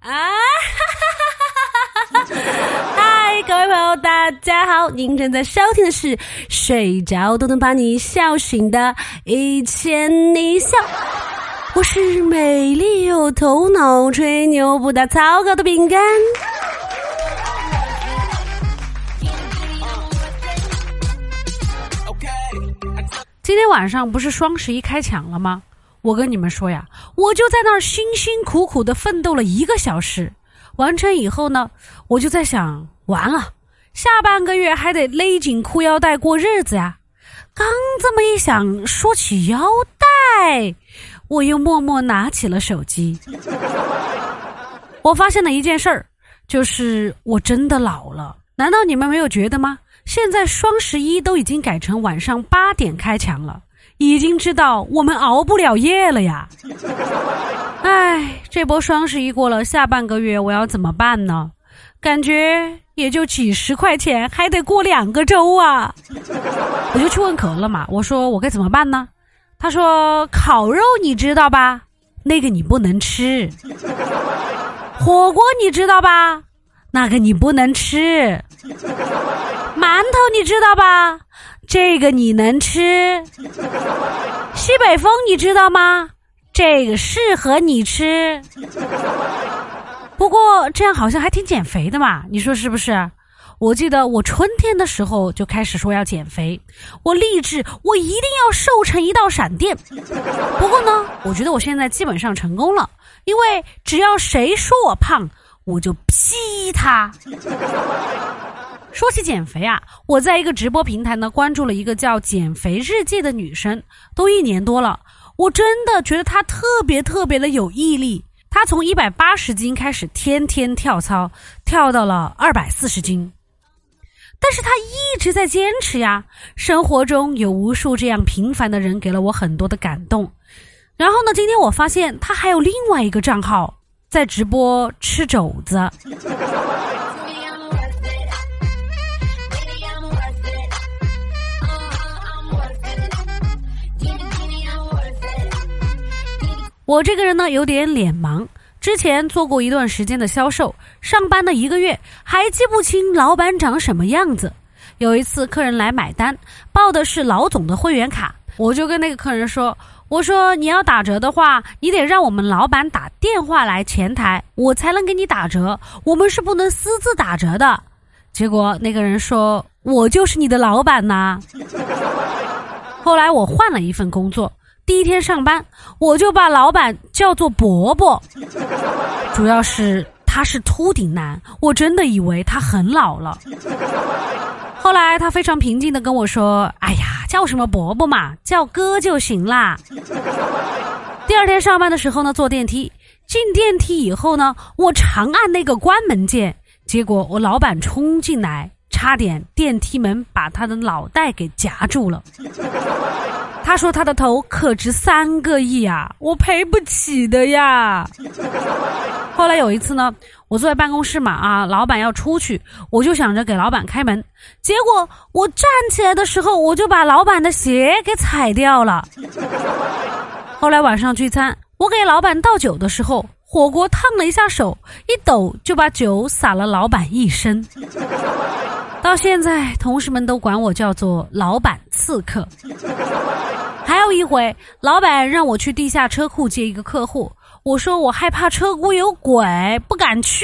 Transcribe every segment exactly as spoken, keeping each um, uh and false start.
啊！嗨，各位朋友，大家好！您正在收听的是睡着都能把你笑醒的一千你笑，我是美丽有头脑、吹牛不打草稿的饼干。今天晚上不是双十一开抢了吗？我跟你们说呀，我就在那儿辛辛苦苦的奋斗了一个小时，完成以后呢，我就在想，完了，下半个月还得勒紧裤腰带过日子呀。刚这么一想，说起腰带，我又默默拿起了手机。我发现了一件事儿，就是我真的老了。难道你们没有觉得吗？现在双十一都已经改成晚上八点开抢了，已经知道我们熬不了夜了呀。唉，这波双十一过了，下半个月我要怎么办呢？感觉也就几十块钱，还得过两个周啊。我就去问可乐嘛，我说我该怎么办呢？他说烤肉你知道吧，那个你不能吃。火锅你知道吧，那个你不能吃。馒头你知道吧，这个你能吃。西北风你知道吗，这个适合你吃。不过这样好像还挺减肥的嘛，你说是不是？我记得我春天的时候就开始说要减肥，我立志我一定要瘦成一道闪电。不过呢，我觉得我现在基本上成功了，因为只要谁说我胖，我就劈他。说起减肥啊，我在一个直播平台呢关注了一个叫减肥日记的女生，都一年多了，我真的觉得她特别特别的有毅力。她从一百八十斤开始天天跳操，跳到了二百四十斤。但是她一直在坚持呀，生活中有无数这样平凡的人给了我很多的感动。然后呢，今天我发现她还有另外一个账号在直播吃肘子。我这个人呢有点脸盲，之前做过一段时间的销售，上班的一个月还记不清老板长什么样子。有一次客人来买单，报的是老总的会员卡，我就跟那个客人说，我说你要打折的话，你得让我们老板打电话来前台，我才能给你打折，我们是不能私自打折的。结果那个人说，我就是你的老板呐。后来我换了一份工作，第一天上班，我就把老板叫做伯伯，主要是他是秃顶男，我真的以为他很老了。后来他非常平静地跟我说，哎呀，叫什么伯伯嘛，叫哥就行啦。第二天上班的时候呢，坐电梯，进电梯以后呢，我长按那个关门键，结果我老板冲进来，差点电梯门把他的脑袋给夹住了。他说他的头可值三个亿啊，我赔不起的呀。后来有一次呢，我坐在办公室嘛，啊，老板要出去，我就想着给老板开门，结果我站起来的时候，我就把老板的鞋给踩掉了。后来晚上聚餐，我给老板倒酒的时候，火锅烫了一下手，一抖就把酒洒了老板一身。到现在同事们都管我叫做老板刺客。还有一回，老板让我去地下车库接一个客户，我说我害怕车库有鬼，不敢去。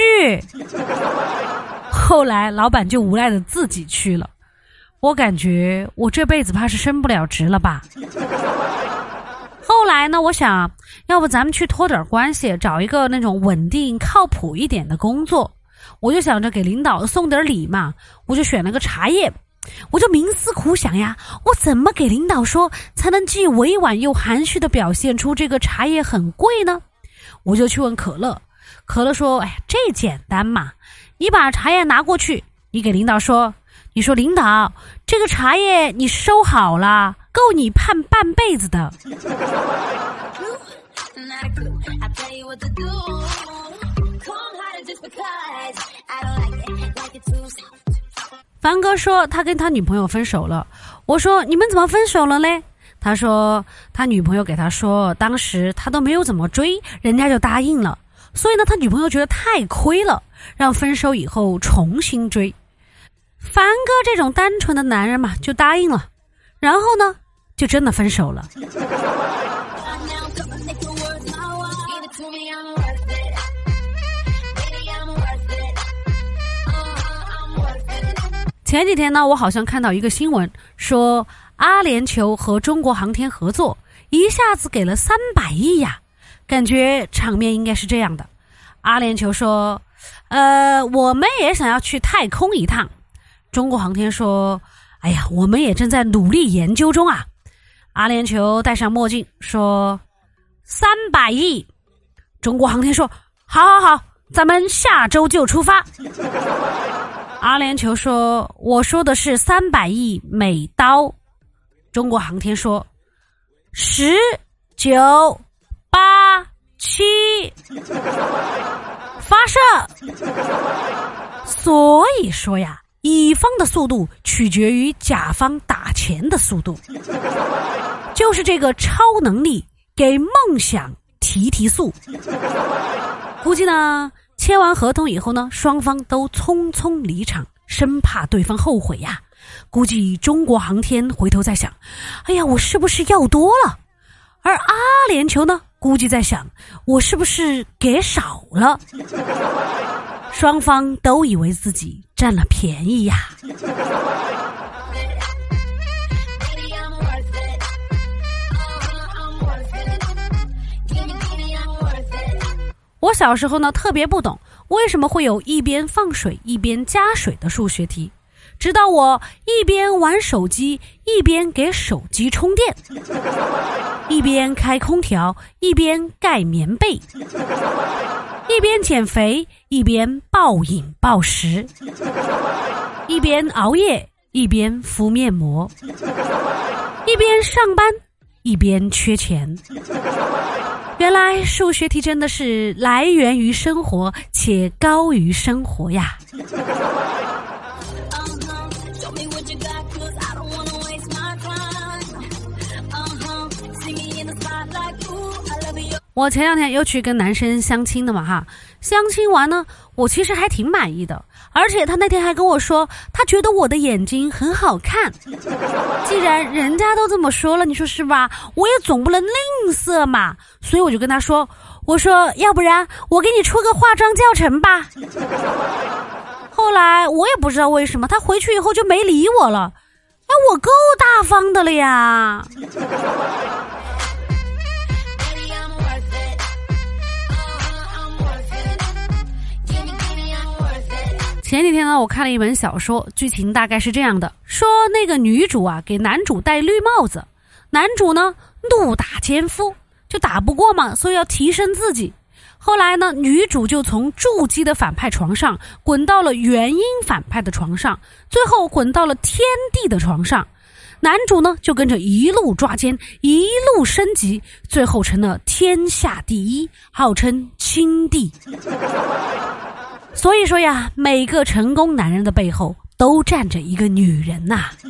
后来老板就无奈的自己去了。我感觉我这辈子怕是升不了职了吧。后来呢，我想要不咱们去托点关系，找一个那种稳定靠谱一点的工作。我就想着给领导送点礼嘛，我就选了个茶叶。我就冥思苦想呀，我怎么给领导说才能既委婉又含蓄地表现出这个茶叶很贵呢？我就去问可乐，可乐说，哎呀，这简单嘛，你把茶叶拿过去，你给领导说，你说领导，这个茶叶你收好了，够你盼半辈子的。凡哥说他跟他女朋友分手了，我说你们怎么分手了嘞？他说他女朋友给他说，当时他都没有怎么追，人家就答应了。 所以呢他女朋友觉得太亏了，让分手以后重新追。凡哥这种单纯的男人嘛，就答应了，然后呢就真的分手了。前几天呢，我好像看到一个新闻，说阿联酋和中国航天合作，一下子给了三百亿呀，感觉场面应该是这样的。阿联酋说，呃，我们也想要去太空一趟。中国航天说，哎呀，我们也正在努力研究中啊。阿联酋戴上墨镜说，三百亿。中国航天说，好好好，咱们下周就出发。阿联酋说，我说的是三百亿美刀。中国航天说，十九八七发射。所以说呀，乙方的速度取决于甲方打钱的速度，就是这个超能力给梦想提提速。估计呢签完合同以后呢，双方都匆匆离场，生怕对方后悔呀。估计中国航天回头在想，哎呀，我是不是要多了？而阿联酋呢，估计在想，我是不是给少了？双方都以为自己占了便宜呀。我小时候呢特别不懂为什么会有一边放水一边加水的数学题，直到我一边玩手机一边给手机充电，一边开空调一边盖棉被，一边减肥一边暴饮暴食，一边熬夜一边敷面膜，一边上班一边缺钱。原来数学题真的是来源于生活且高于生活呀。我前两天又去跟男生相亲的嘛哈，相亲完呢，我其实还挺满意的，而且他那天还跟我说，他觉得我的眼睛很好看。既然人家都这么说了，你说是吧？我也总不能吝啬嘛，所以我就跟他说，我说要不然我给你出个化妆教程吧。后来我也不知道为什么，他回去以后就没理我了。哎，我够大方的了呀。前几天呢，我看了一本小说，剧情大概是这样的，说那个女主啊给男主戴绿帽子，男主呢怒打奸夫，就打不过嘛，所以要提升自己。后来呢，女主就从筑基的反派床上滚到了元婴反派的床上，最后滚到了天帝的床上。男主呢就跟着一路抓奸，一路升级，最后成了天下第一，号称亲帝。所以说呀，每个成功男人的背后都站着一个女人呐、啊。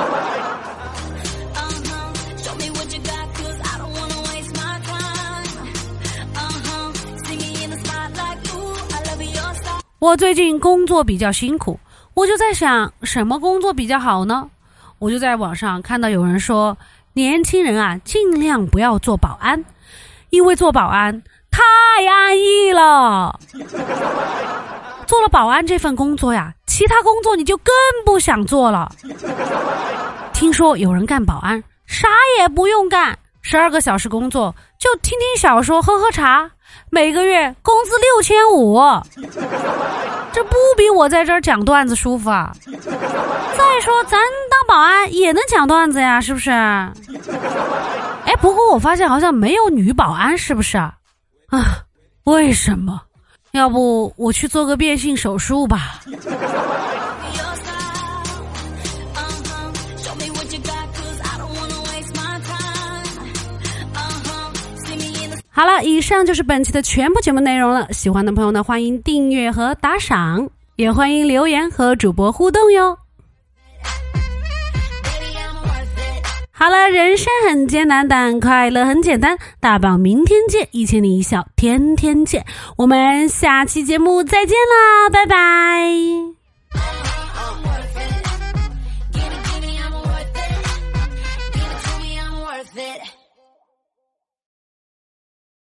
我最近工作比较辛苦，我就在想什么工作比较好呢？我就在网上看到有人说，年轻人啊，尽量不要做保安，因为做保安太安逸了。做了保安这份工作呀，其他工作你就更不想做了。听说有人干保安啥也不用干，十二个小时工作，就听听小说喝喝茶，每个月工资六千五，这不比我在这儿讲段子舒服啊？再说咱当保安也能讲段子呀，是不是？哎，不过我发现好像没有女保安，是不是啊？啊，为什么？要不我去做个变性手术吧。好了，以上就是本期的全部节目内容了。喜欢的朋友呢，欢迎订阅和打赏，也欢迎留言和主播互动哟。 好了，人生很艰难，但快乐很简单。大宝明天见，一千零一笑天天见。我们下期节目再见啦，拜拜。